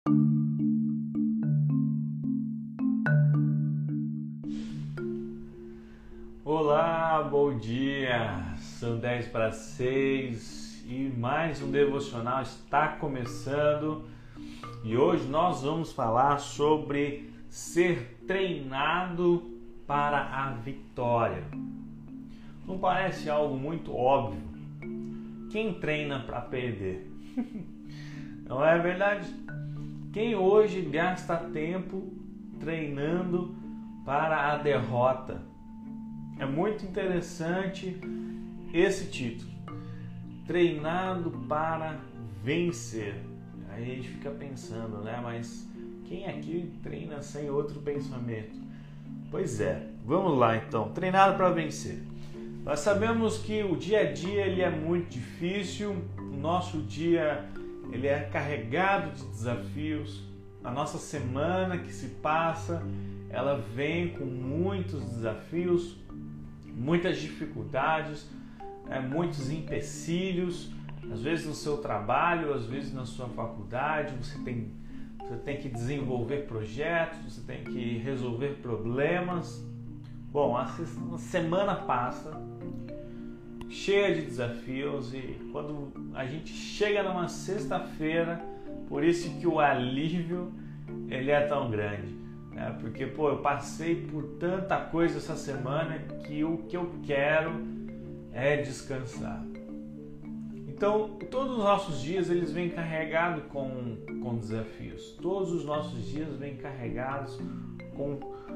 Olá, bom dia! São 10 para 6 e mais um devocional está começando e hoje nós vamos falar sobre ser treinado para a vitória. Não parece algo muito óbvio? Quem treina para perder? Não é verdade? Quem hoje gasta tempo treinando para a derrota? É muito interessante esse título, treinado para vencer. Aí a gente fica pensando, né? Mas quem aqui treina sem outro pensamento? Pois é, vamos lá então, treinado para vencer. Nós sabemos que o dia a dia ele é muito difícil, o nosso dia ele é carregado de desafios, a nossa semana que se passa, ela vem com muitos desafios, muitas dificuldades, muitos empecilhos, às vezes no seu trabalho, às vezes na sua faculdade, você tem que desenvolver projetos, você tem que resolver problemas. Bom, a semana passa cheia de desafios e quando a gente chega numa sexta-feira, por isso que o alívio ele é tão grande. Porque, eu passei por tanta coisa essa semana que o que eu quero é descansar. Então, todos os nossos dias eles vêm carregados com desafios. Todos os nossos dias vêm carregados com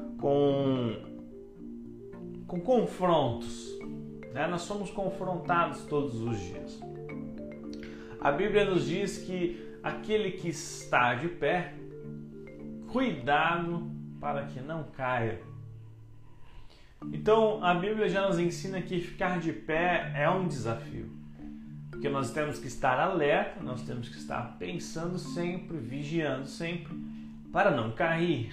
confrontos. Nós somos confrontados todos os dias. A Bíblia nos diz que aquele que está de pé, cuidado para que não caia. Então, a Bíblia já nos ensina que ficar de pé é um desafio. Porque nós temos que estar alerta, nós temos que estar pensando sempre, vigiando sempre, para não cair.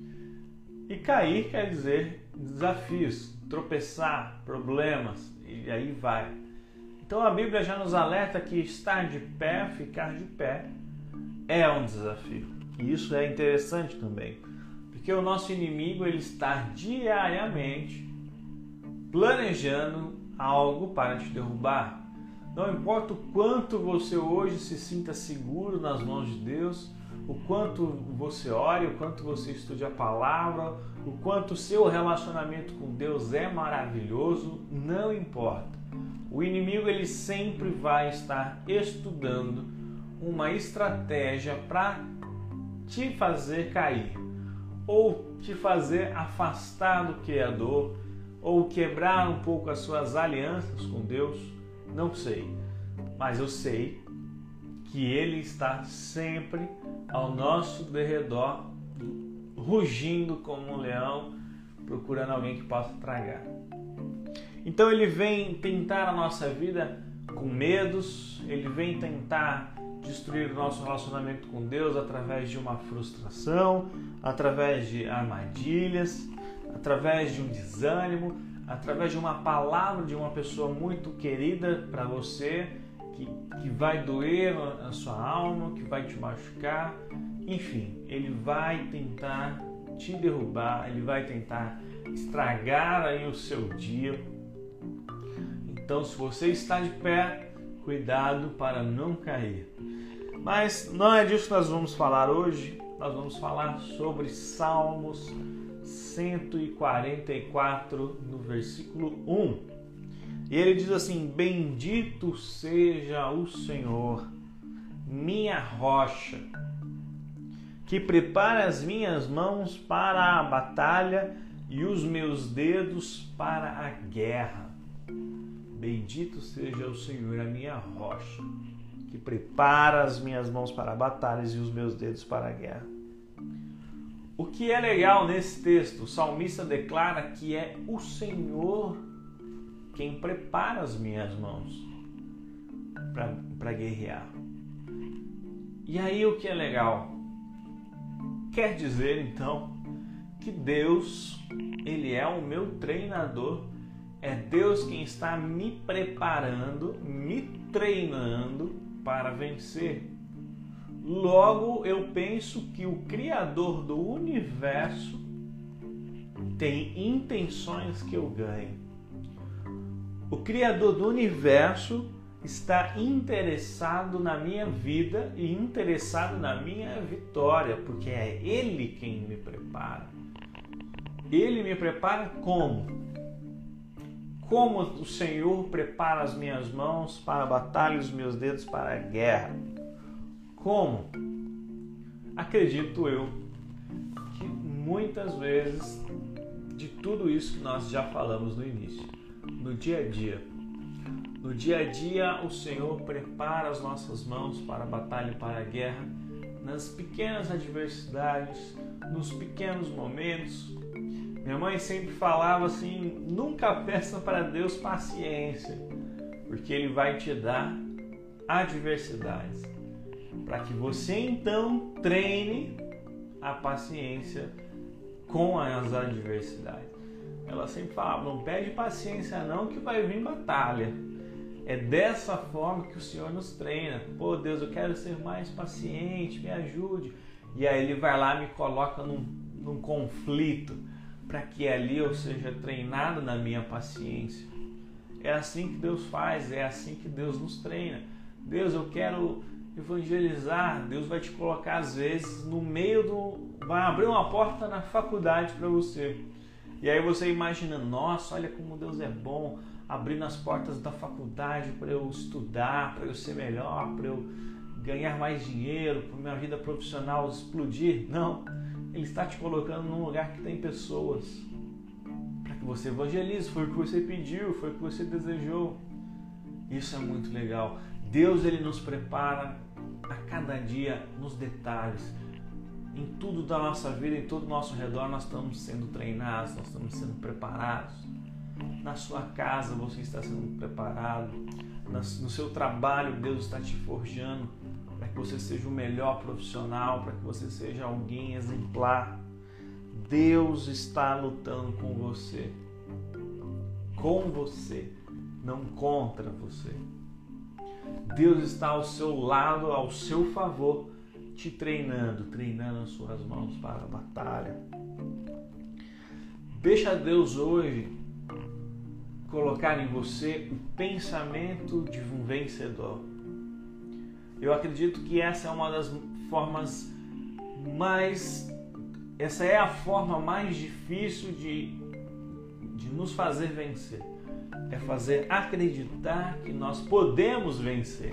E cair quer dizer desafios, tropeçar, problemas, e aí vai. Então, a Bíblia já nos alerta que estar de pé, ficar de pé, é um desafio. E isso é interessante também, porque o nosso inimigo ele está diariamente planejando algo para te derrubar. Não importa o quanto você hoje se sinta seguro nas mãos de Deus, o quanto você ore, o quanto você estude a palavra, o quanto o seu relacionamento com Deus é maravilhoso, não importa. O inimigo ele sempre vai estar estudando uma estratégia para te fazer cair, ou te fazer afastar do Criador, ou quebrar um pouco as suas alianças com Deus, não sei. Mas eu sei que Ele está sempre ao nosso derredor, rugindo como um leão, procurando alguém que possa tragar. Então ele vem tentar a nossa vida com medos, ele vem tentar destruir o nosso relacionamento com Deus através de uma frustração, através de armadilhas, através de um desânimo, através de uma palavra de uma pessoa muito querida para você, que vai doer a sua alma, que vai te machucar. Enfim, ele vai tentar te derrubar, ele vai tentar estragar aí o seu dia. Então, se você está de pé, cuidado para não cair. Mas não é disso que nós vamos falar hoje. Nós vamos falar sobre Salmos 144, no versículo 1. E ele diz assim: bendito seja o Senhor, minha rocha, que prepara as minhas mãos para a batalha e os meus dedos para a guerra. Bendito seja o Senhor, a minha rocha, que prepara as minhas mãos para batalhas e os meus dedos para a guerra. O que é legal nesse texto, o salmista declara que é o Senhor quem prepara as minhas mãos para guerrear. E aí o que é legal? Quer dizer então que Deus, Ele é o meu treinador, é Deus quem está me preparando, me treinando para vencer. Logo, eu penso que o Criador do universo tem intenções que eu ganhe. O Criador do universo está interessado na minha vida e interessado na minha vitória, porque é Ele quem me prepara. Ele me prepara como? Como o Senhor prepara as minhas mãos para a batalha e os meus dedos para a guerra. Como? Acredito eu que muitas vezes de tudo isso que nós já falamos no início, no dia a dia. No dia a dia, o Senhor prepara as nossas mãos para a batalha e para a guerra, nas pequenas adversidades, nos pequenos momentos. Minha mãe sempre falava assim, nunca peça para Deus paciência, porque Ele vai te dar adversidades, para que você então treine a paciência com as adversidades. Ela sempre falava, não pede paciência não que vai vir batalha. É dessa forma que o Senhor nos treina. Pô, Deus, eu quero ser mais paciente, me ajude. E aí Ele vai lá e me coloca num conflito, para que ali eu seja treinado na minha paciência. É assim que Deus faz, é assim que Deus nos treina. Deus, eu quero evangelizar. Deus vai te colocar às vezes no meio vai abrir uma porta na faculdade para você. E aí você imagina, nossa, olha como Deus é bom, abrindo as portas da faculdade para eu estudar, para eu ser melhor, para eu ganhar mais dinheiro, para minha vida profissional explodir. Não, Ele está te colocando num lugar que tem pessoas, para que você evangelize. Foi o que você pediu, foi o que você desejou. Isso é muito legal. Deus, Ele nos prepara a cada dia nos detalhes. Em tudo da nossa vida, em todo o nosso redor, nós estamos sendo treinados, nós estamos sendo preparados. Na sua casa você está sendo preparado. No seu trabalho, Deus está te forjando para que você seja o melhor profissional, para que você seja alguém exemplar. Deus está lutando com você, não contra você. Deus está ao seu lado, ao seu favor, te treinando as suas mãos para a batalha. Deixa Deus hoje colocar em você o pensamento de um vencedor. Eu acredito que essa é uma das formas essa é a forma mais difícil de nos fazer vencer. É fazer acreditar que nós podemos vencer.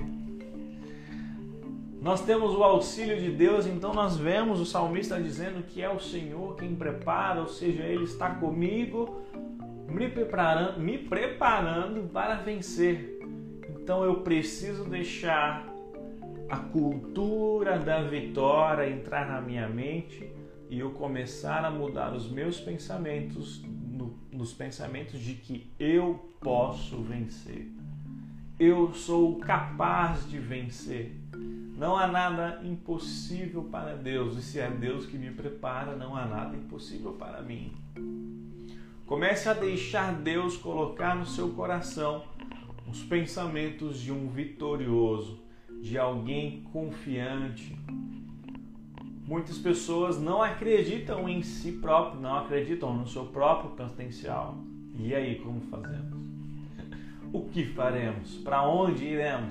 Nós temos o auxílio de Deus, então nós vemos o salmista dizendo que é o Senhor quem prepara, ou seja, Ele está comigo, me preparando para vencer. Então eu preciso deixar a cultura da vitória entrar na minha mente e eu começar a mudar os meus pensamentos nos pensamentos de que eu posso vencer. Eu sou capaz de vencer. Não há nada impossível para Deus. E se é Deus que me prepara, não há nada impossível para mim. Comece a deixar Deus colocar no seu coração os pensamentos de um vitorioso, de alguém confiante. Muitas pessoas não acreditam em si próprio, não acreditam no seu próprio potencial. E aí, como fazemos? O que faremos? Para onde iremos?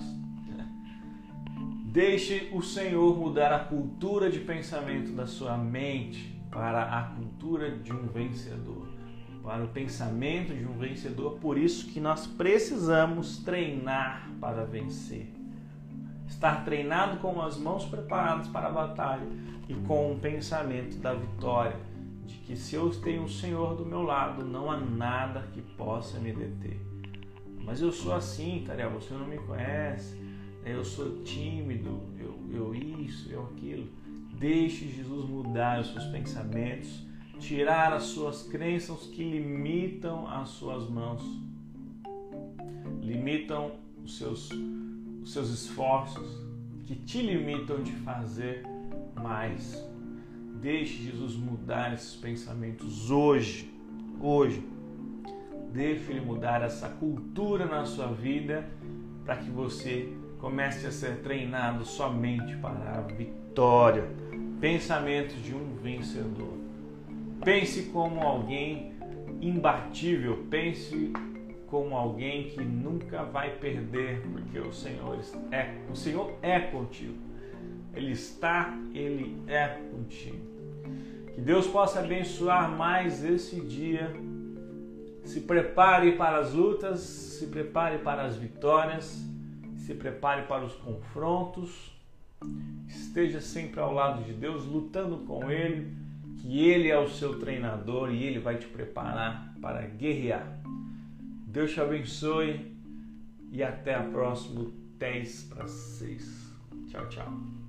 Deixe o Senhor mudar a cultura de pensamento da sua mente para a cultura de um vencedor, para o pensamento de um vencedor. Por isso que nós precisamos treinar para vencer. Estar treinado com as mãos preparadas para a batalha e com o pensamento da vitória, de que se eu tenho o Senhor do meu lado, não há nada que possa me deter. Mas eu sou assim, Tariel, você não me conhece, eu sou tímido, eu isso, eu aquilo. Deixe Jesus mudar os seus pensamentos, tirar as suas crenças que limitam as suas mãos, limitam os seus esforços, que te limitam de fazer mais. Deixe Jesus mudar esses pensamentos hoje. Deixe Ele mudar essa cultura na sua vida para que você Comece a ser treinado somente para a vitória. Pensamentos de um vencedor. Pense como alguém imbatível. Pense como alguém que nunca vai perder, porque o Senhor é contigo. Ele é contigo. Que Deus possa abençoar mais esse dia. Se prepare para as lutas, se prepare para as vitórias, se prepare para os confrontos. Esteja sempre ao lado de Deus, lutando com Ele, que Ele é o seu treinador e Ele vai te preparar para guerrear. Deus te abençoe e até a próxima 10 para 6. Tchau, tchau.